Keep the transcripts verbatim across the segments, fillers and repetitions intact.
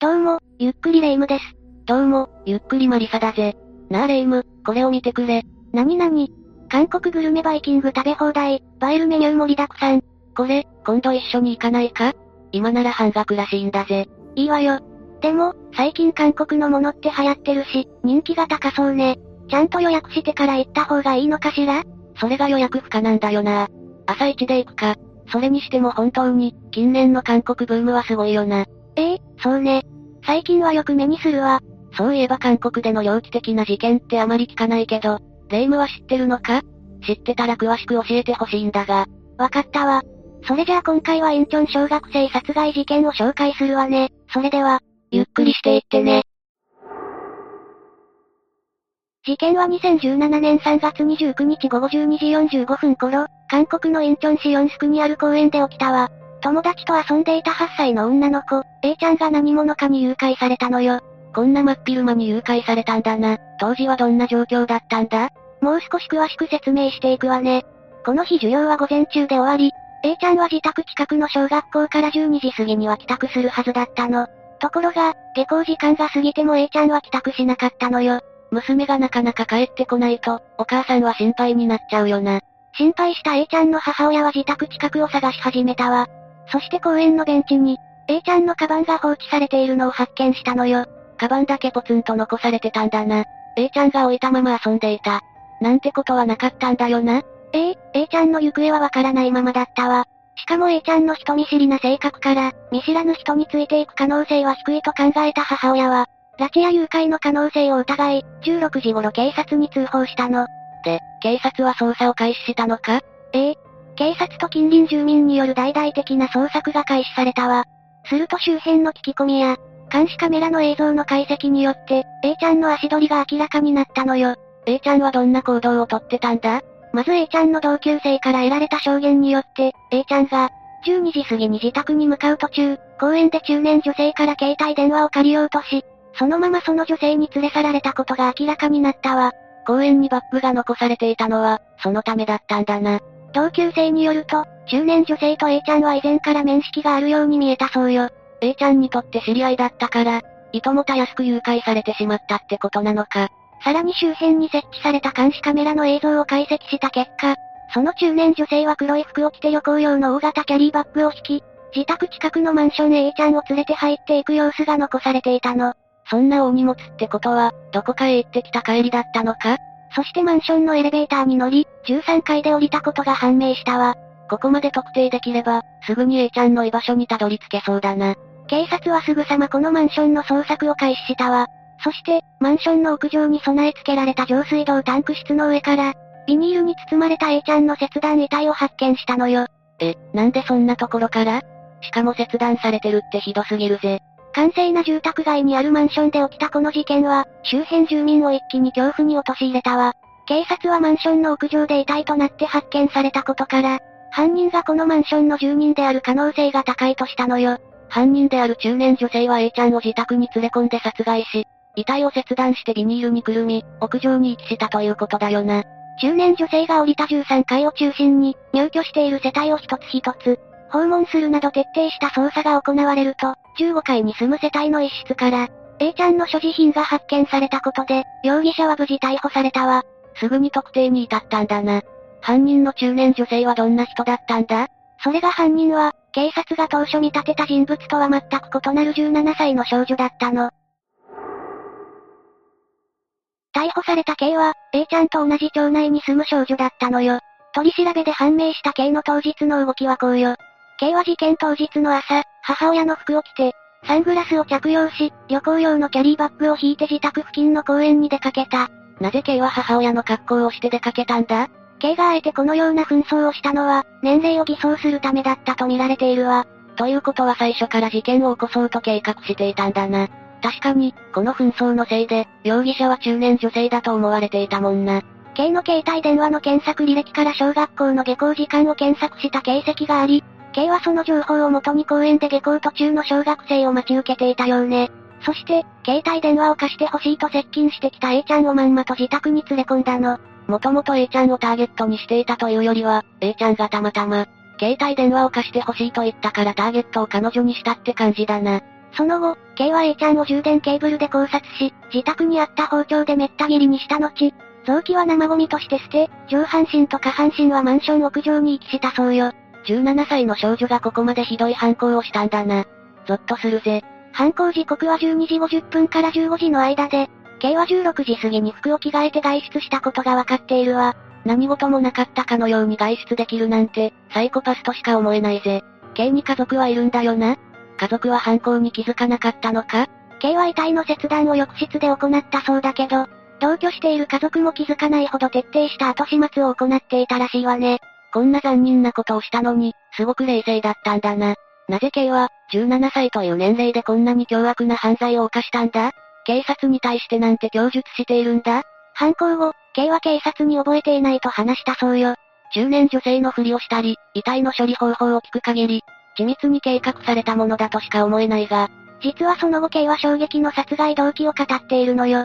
どうも、ゆっくりレ夢ムです。 どうも、ゆっくりマリサだぜ。なあレ夢ム、これを見てくれ。 なになに？韓国グルメバイキング食べ放題、映えるメニュー盛りだくさん。 これ、今度一緒に行かないか？今なら半額らしいんだぜ。 いいわよ。でも、最近韓国のものって流行ってるし、人気が高そうね。ちゃんと予約してから行った方がいいのかしら？ それが予約不可なんだよな。朝一で行くか。それにしても本当に、近年の韓国ブームはすごいよな。 ええ、そうね。最近はよく目にするわ。 そういえば韓国での猟奇的な事件ってあまり聞かないけど、レ夢ムは知ってるのか？知ってたら詳しく教えてほしいんだが。 わかったわ。それじゃあ今回はインチョン小学生殺害事件を紹介するわね。それでは、 ゆっくりしていってね。 事件はにせんじゅうななねんさんがつにじゅうくにちごごじゅうにじよんじゅうごふん頃、韓国のインチョン市ヨンスクにある公園で起きたわ。友達と遊んでいたはっさいの女の子、A ちゃんが何者かに誘拐されたのよ。 こんな真っ昼間に誘拐されたんだな。当時はどんな状況だったんだ？ もう少し詳しく説明していくわね。この日授業は午前中で終わり、A ちゃんは自宅近くの小学校からじゅうにじ過ぎには帰宅するはずだったの。ところが、下校時間が過ぎても A ちゃんは帰宅しなかったのよ。 娘がなかなか帰ってこないと、お母さんは心配になっちゃうよな。 心配した A ちゃんの母親は自宅近くを探し始めたわ。そして公園のベンチに、A ちゃんのカバンが放置されているのを発見したのよ。 カバンだけポツンと残されてたんだな。A ちゃんが置いたまま遊んでいた。なんてことはなかったんだよな。 ええ、A ちゃんの行方はわからないままだったわ。しかも A ちゃんの人見知りな性格から、見知らぬ人についていく可能性は低いと考えた母親は、拉致や誘拐の可能性を疑い、じゅうろくじ頃警察に通報したの。 で、警察は捜査を開始したのか？ ええ。警察と近隣住民による大々的な捜索が開始されたわ。すると周辺の聞き込みや、監視カメラの映像の解析によって、A ちゃんの足取りが明らかになったのよ。 A ちゃんはどんな行動をとってたんだ？ まず A ちゃんの同級生から得られた証言によって、A ちゃんが、じゅうにじ過ぎに自宅に向かう途中、公園で中年女性から携帯電話を借りようとし、そのままその女性に連れ去られたことが明らかになったわ。 公園にバッグが残されていたのは、そのためだったんだな。 同級生によると、中年女性と A ちゃんは以前から面識があるように見えたそうよ。 A ちゃんにとって知り合いだったから、いともたやすく誘拐されてしまったってことなのか。 さらに周辺に設置された監視カメラの映像を解析した結果、その中年女性は黒い服を着て旅行用の大型キャリーバッグを引き、自宅近くのマンションへ A ちゃんを連れて入っていく様子が残されていたの。 そんな大荷物ってことは、どこかへ行ってきた帰りだったのか？ そしてマンションのエレベーターに乗り、じゅうさんかいで降りたことが判明したわ。 ここまで特定できれば、すぐに A ちゃんの居場所にたどり着けそうだな。 警察はすぐさまこのマンションの捜索を開始したわ。そして、マンションの屋上に備え付けられた上水道タンク室の上から、ビニールに包まれた A ちゃんの切断遺体を発見したのよ。 え、なんでそんなところから？しかも切断されてるってひどすぎるぜ。 閑静な住宅街にあるマンションで起きたこの事件は、周辺住民を一気に恐怖に陥れたわ。警察はマンションの屋上で遺体となって発見されたことから、犯人がこのマンションの住人である可能性が高いとしたのよ。 犯人である中年女性は A ちゃんを自宅に連れ込んで殺害し、遺体を切断してビニールにくるみ、屋上に遺棄したということだよな。 中年女性が降りたじゅうさんかいを中心に、入居している世帯を一つ一つ、訪問するなど徹底した捜査が行われると、じゅうごかいに住む世帯の一室から、A ちゃんの所持品が発見されたことで、容疑者は無事逮捕されたわ。 すぐに特定に至ったんだな。犯人の中年女性はどんな人だったんだ？ それが犯人は、警察が当初見立てた人物とは全く異なるじゅうななさいの少女だったの。逮捕された K は、A ちゃんと同じ町内に住む少女だったのよ。取り調べで判明した K の当日の動きはこうよ。K は事件当日の朝、母親の服を着て、サングラスを着用し、旅行用のキャリーバッグを引いて自宅付近の公園に出かけた。 なぜ K は母親の格好をして出かけたんだ？ K があえてこのような紛争をしたのは、年齢を偽装するためだったと見られているわ。 ということは最初から事件を起こそうと計画していたんだな。確かに、この紛争のせいで、容疑者は中年女性だと思われていたもんな。 K の携帯電話の検索履歴から小学校の下校時間を検索した形跡があり、K はその情報をもとに公園で下校途中の小学生を待ち受けていたようね。そして、携帯電話を貸してほしいと接近してきた A ちゃんをまんまと自宅に連れ込んだの。 もともと A ちゃんをターゲットにしていたというよりは、A ちゃんがたまたま、携帯電話を貸してほしいと言ったからターゲットを彼女にしたって感じだな。 その後、K は A ちゃんを充電ケーブルで絞殺し、自宅にあった包丁でめった切りにした後、臓器は生ゴミとして捨て、上半身と下半身はマンション屋上に遺棄したそうよ。 じゅうななさいの少女がここまでひどい犯行をしたんだな。ゾッとするぜ。 犯行時刻はじゅうにじごじゅっぷんからじゅうごじの間で、K はじゅうろくじ過ぎに服を着替えて外出したことがわかっているわ。 何事もなかったかのように外出できるなんて、サイコパスとしか思えないぜ。K に家族はいるんだよな。家族は犯行に気づかなかったのか？ K は遺体の切断を浴室で行ったそうだけど、同居している家族も気づかないほど徹底した後始末を行っていたらしいわね。 こんな残忍なことをしたのに、すごく冷静だったんだな。なぜ K は、じゅうななさいという年齢でこんなに凶悪な犯罪を犯したんだ？警察に対してなんて供述しているんだ？ 犯行後、K は警察に覚えていないと話したそうよ。 中年女性のふりをしたり、遺体の処理方法を聞く限り、緻密に計画されたものだとしか思えないが、 実はその後 K は衝撃の殺害動機を語っているのよ。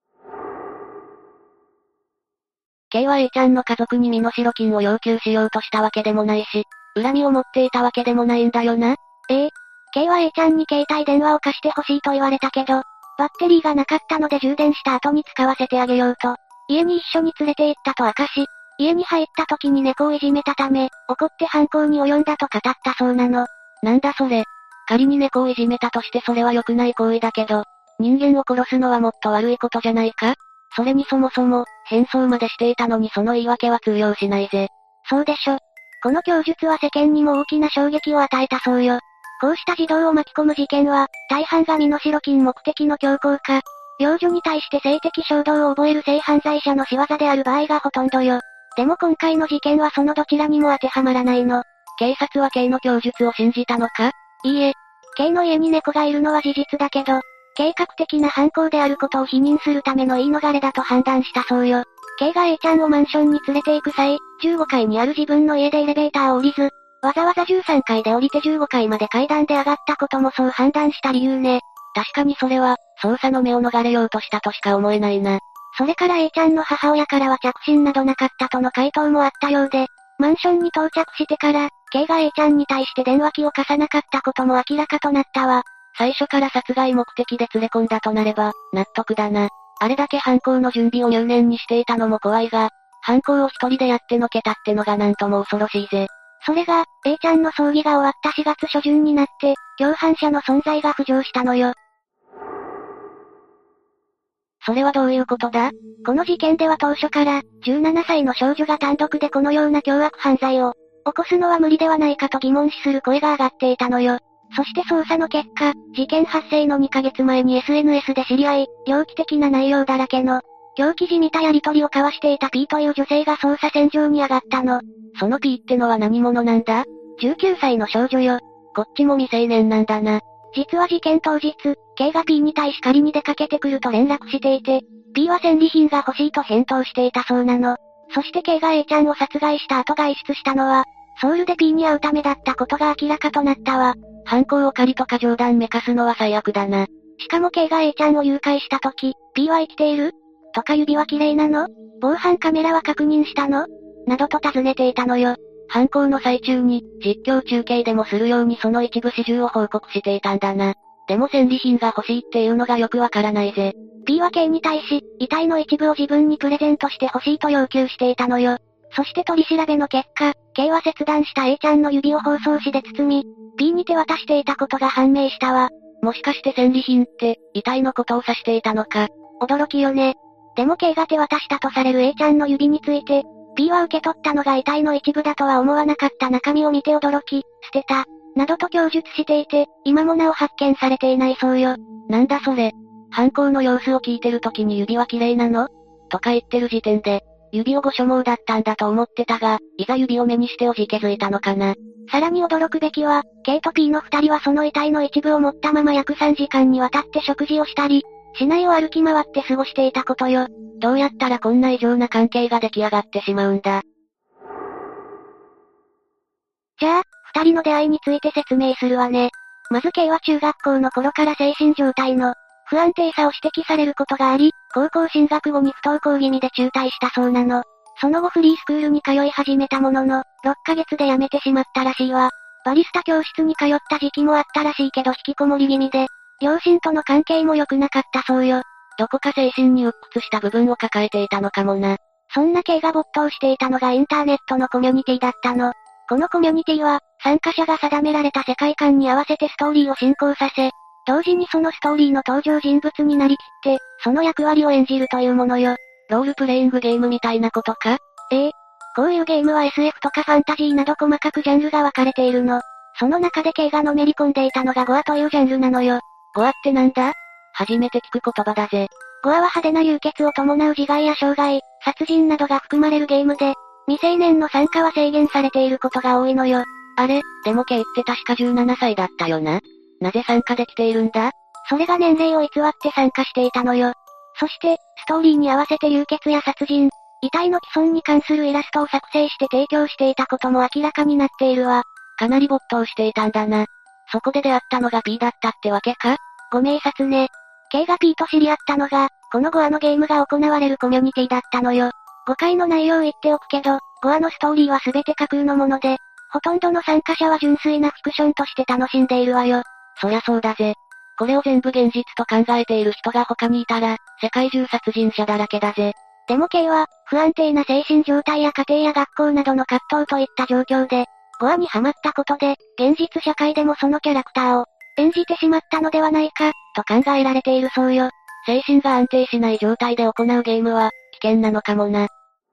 K は A ちゃんの家族に身代金を要求しようとしたわけでもないし、恨みを持っていたわけでもないんだよな。 ええ。K は A ちゃんに携帯電話を貸してほしいと言われたけど、バッテリーがなかったので充電した後に使わせてあげようと、家に一緒に連れて行ったと明かし、家に入った時に猫をいじめたため、怒って犯行に及んだと語ったそうなの。 なんだそれ。仮に猫をいじめたとしてそれは良くない行為だけど、人間を殺すのはもっと悪いことじゃないか？それにそもそも、変装までしていたのにその言い訳は通用しないぜ。 そうでしょ。この供述は世間にも大きな衝撃を与えたそうよ。こうした児童を巻き込む事件は、大半が身代金目的の強行か、幼女に対して性的衝動を覚える性犯罪者の仕業である場合がほとんどよ。でも今回の事件はそのどちらにも当てはまらないの。 警察は K の供述を信じたのか？ いいえ。K の家に猫がいるのは事実だけど、計画的な犯行であることを否認するための言い逃れだと判断したそうよ。K が A ちゃんをマンションに連れて行く際、じゅうごかいにある自分の家でエレベーターを降りず、わざわざじゅうさんかいで降りてじゅうごかいまで階段で上がったこともそう判断した理由ね。 確かにそれは、捜査の目を逃れようとしたとしか思えないな。 それから A ちゃんの母親からは着信などなかったとの回答もあったようで、マンションに到着してから、K が A ちゃんに対して電話機を貸さなかったことも明らかとなったわ。 最初から殺害目的で連れ込んだとなれば、納得だな。あれだけ犯行の準備を入念にしていたのも怖いが、犯行を一人でやってのけたってのがなんとも恐ろしいぜ。 それが、A ちゃんの葬儀が終わったしがつ初旬になって、共犯者の存在が浮上したのよ。 それはどういうことだ？ この事件では当初から、じゅうななさいの少女が単独でこのような凶悪犯罪を、起こすのは無理ではないかと疑問視する声が上がっていたのよ。そして捜査の結果、事件発生のにかげつまえに エスエヌエス で知り合い、猟奇的な内容だらけの、狂気じみたやりとりを交わしていた P という女性が捜査線上に上がったの。 その P ってのは何者なんだ？ じゅうきゅうさいの少女よ。 こっちも未成年なんだな。 実は事件当日、K が P に対し仮に出かけてくると連絡していて、P は戦利品が欲しいと返答していたそうなの。そして K が A ちゃんを殺害した後外出したのは、ソウルで P に会うためだったことが明らかとなったわ。 犯行を仮とか冗談めかすのは最悪だな。 しかも K が A ちゃんを誘拐した時、P は生きている？とか指は綺麗なの？防犯カメラは確認したの？などと尋ねていたのよ。 犯行の最中に、実況中継でもするようにその一部始終を報告していたんだな。でも戦利品が欲しいっていうのがよくわからないぜ。 P は K に対し、遺体の一部を自分にプレゼントして欲しいと要求していたのよ。そして取り調べの結果、K は切断した A ちゃんの指を包装紙で包み、P に手渡していたことが判明したわ。 もしかして戦利品って、遺体のことを指していたのか。 驚きよね。でも K が手渡したとされる A ちゃんの指について、P は受け取ったのが遺体の一部だとは思わなかった中身を見て驚き、捨てた、などと供述していて、今もなお発見されていないそうよ。 なんだそれ。犯行の様子を聞いてる時に指は綺麗なの？とか言ってる時点で、指をご所望だったんだと思ってたが、いざ指を目にしておじけづいたのかな。 さらに驚くべきは、K と P の二人はその遺体の一部を持ったまま約さんじかんにわたって食事をしたり、市内を歩き回って過ごしていたことよ。 どうやったらこんな異常な関係が出来上がってしまうんだ。 じゃあ、二人の出会いについて説明するわね。まず K は中学校の頃から精神状態の不安定さを指摘されることがあり、高校進学後に不登校気味で中退したそうなの。その後フリースクールに通い始めたものの、ろっかげつで辞めてしまったらしいわ。バリスタ教室に通った時期もあったらしいけど引きこもり気味で、 両親との関係も良くなかったそうよ。 どこか精神に鬱屈した部分を抱えていたのかもな。 そんな K が没頭していたのがインターネットのコミュニティだったの。このコミュニティは、参加者が定められた世界観に合わせてストーリーを進行させ、同時にそのストーリーの登場人物になりきって、その役割を演じるというものよ。 ロールプレイングゲームみたいなことか？ ええ。こういうゲームは エスエフ とかファンタジーなど細かくジャンルが分かれているの。その中で K がのめり込んでいたのがゴアというジャンルなのよ。 ゴアってなんだ？初めて聞く言葉だぜ。 ゴアは派手な流血を伴う自害や傷害、殺人などが含まれるゲームで、未成年の参加は制限されていることが多いのよ。 あれ、でも K って確かじゅうななさいだったよな。なぜ参加できているんだ？ それが年齢を偽って参加していたのよ。そして、ストーリーに合わせて流血や殺人、遺体の毀損に関するイラストを作成して提供していたことも明らかになっているわ。 かなり没頭していたんだな。そこで出会ったのが P だったってわけか？ ご明察ね。K が P と知り合ったのが、このゴアのゲームが行われるコミュニティだったのよ。誤解の内容を言っておくけど、ゴアのストーリーは全て架空のもので、ほとんどの参加者は純粋なフィクションとして楽しんでいるわよ。 そりゃそうだぜ。これを全部現実と考えている人が他にいたら、世界中殺人者だらけだぜ。 でも K は、不安定な精神状態や家庭や学校などの葛藤といった状況で、ゴアにハマったことで、現実社会でもそのキャラクターを、演じてしまったのではないか、と考えられているそうよ。 精神が安定しない状態で行うゲームは、危険なのかもな。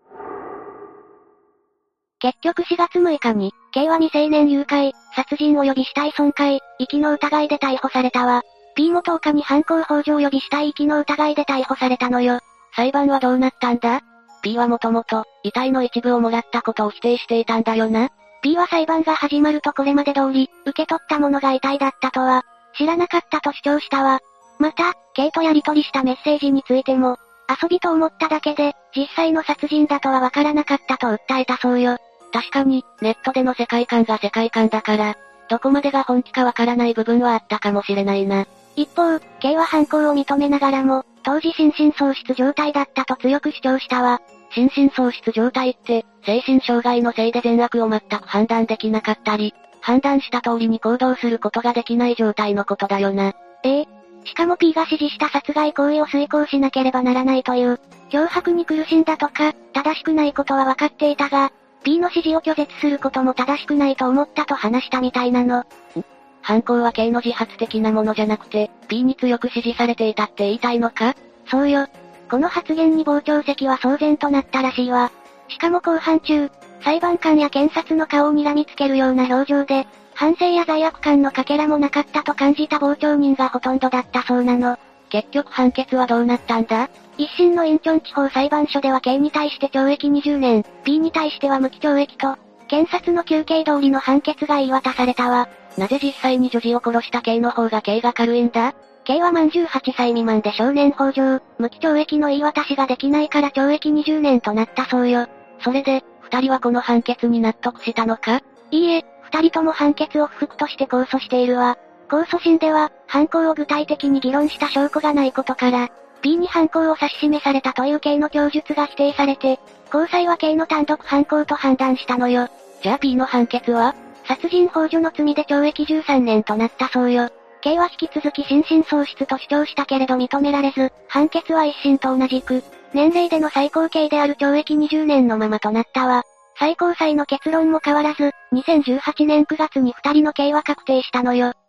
結局しがつむいかに、K は未成年誘拐、殺人及び死体損壊、遺棄の疑いで逮捕されたわ。P もとおかに犯行幇助及び死体遺棄の疑いで逮捕されたのよ。 裁判はどうなったんだ？ P はもともと、遺体の一部をもらったことを否定していたんだよな。 P は裁判が始まるとこれまで通り、受け取ったものが遺体だったとは、知らなかったと主張したわ。また、K とやり取りしたメッセージについても、遊びと思っただけで、実際の殺人だとはわからなかったと訴えたそうよ。 確かに、ネットでの世界観が世界観だから、どこまでが本気かわからない部分はあったかもしれないな。 一方、K は犯行を認めながらも、当時心神喪失状態だったと強く主張したわ。 心神喪失状態って、精神障害のせいで善悪を全く判断できなかったり、判断した通りに行動することができない状態のことだよな。 ええ。しかも P が指示した殺害行為を遂行しなければならないという、脅迫に苦しんだとか、正しくないことは分かっていたが、P の指示を拒絶することも正しくないと思ったと話したみたいなの。 犯行は K の自発的なものじゃなくて、P に強く指示されていたって言いたいのか？ そうよ。この発言に傍聴席は騒然となったらしいわ。しかも公判中、裁判官や検察の顔を睨みつけるような表情で、反省や罪悪感のかけらもなかったと感じた傍聴人がほとんどだったそうなの。 結局判決はどうなったんだ？ 一審のインチョン地方裁判所では K に対して懲役にじゅうねん、P に対しては無期懲役と、検察の求刑通りの判決が言い渡されたわ。 なぜ実際に女児を殺した K の方が刑が軽いんだ？ K は満じゅうはっさい未満で少年法上、無期懲役の言い渡しができないから懲役にじゅうねんとなったそうよ。 それで、二人はこの判決に納得したのか？ いいえ、二人とも判決を不服として控訴しているわ。控訴審では、犯行を具体的に議論した証拠がないことから、P に犯行を指し示されたという K の供述が否定されて、高裁は K の単独犯行と判断したのよ。 じゃあ P の判決は？ 殺人幇助の罪で懲役じゅうさんねんとなったそうよ。K は引き続き心神喪失と主張したけれど認められず、判決は一審と同じく、年齢での最高刑である懲役にじゅうねんのままとなったわ。最高裁の結論も変わらず、にせんじゅうはちねんくがつに二人の刑は確定したのよ。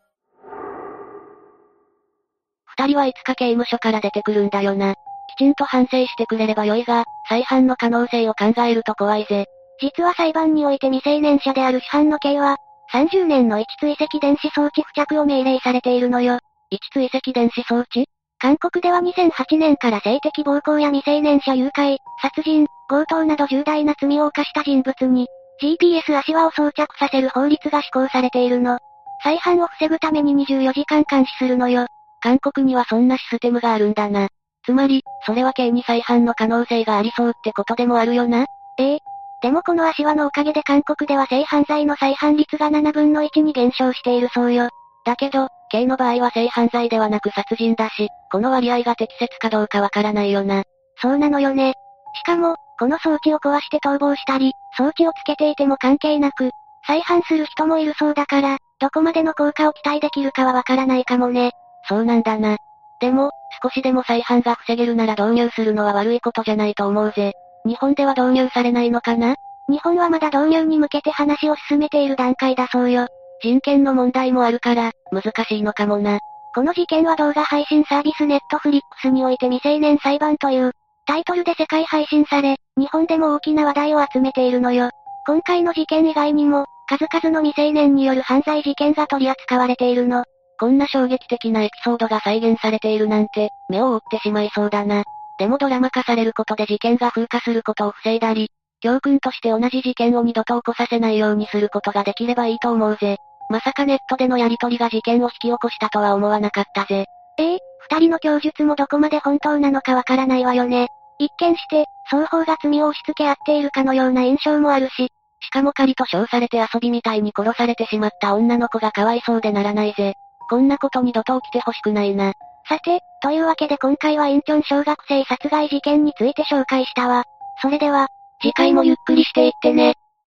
二人はいつか刑務所から出てくるんだよな。きちんと反省してくれればよいが、再犯の可能性を考えると怖いぜ。 実は裁判において未成年者である主犯の K は、さんじゅうねんの位置追跡電子装置付着を命令されているのよ。 位置追跡電子装置？ 韓国ではにせんはちねんから性的暴行や未成年者誘拐、殺人、強盗など重大な罪を犯した人物に、ジーピーエス 足輪を装着させる法律が施行されているの。再犯を防ぐためににじゅうよじかん監視するのよ。 韓国にはそんなシステムがあるんだな。つまり、それは K に再犯の可能性がありそうってことでもあるよな。 ええ。でもこの足輪のおかげで韓国では性犯罪の再犯率がななぶんのいちに減少しているそうよ。 だけど、K の場合は性犯罪ではなく殺人だし、この割合が適切かどうかわからないよな。 そうなのよね。しかも、この装置を壊して逃亡したり、装置をつけていても関係なく、再犯する人もいるそうだから、どこまでの効果を期待できるかはわからないかもね。 そうなんだな。でも、少しでも再犯が防げるなら導入するのは悪いことじゃないと思うぜ。日本では導入されないのかな？ 日本はまだ導入に向けて話を進めている段階だそうよ。 人権の問題もあるから、難しいのかもな。 この事件は動画配信サービスネットフリックスにおいて未成年裁判というタイトルで世界配信され、日本でも大きな話題を集めているのよ。今回の事件以外にも、数々の未成年による犯罪事件が取り扱われているの。 こんな衝撃的なエピソードが再現されているなんて、目を覆ってしまいそうだな。でもドラマ化されることで事件が風化することを防いだり、教訓として同じ事件を二度と起こさせないようにすることができればいいと思うぜ。まさかネットでのやりとりが事件を引き起こしたとは思わなかったぜ。 ええ、二人の供述もどこまで本当なのかわからないわよね。一見して、双方が罪を押し付け合っているかのような印象もあるし、 しかも仮と称されて遊びみたいに殺されてしまった女の子がかわいそうでならないぜ。こんなこと二度と起きてほしくないな。 さて、というわけで今回はインチョン小学生殺害事件について紹介したわ。それでは、 次回もゆっくりしていってね。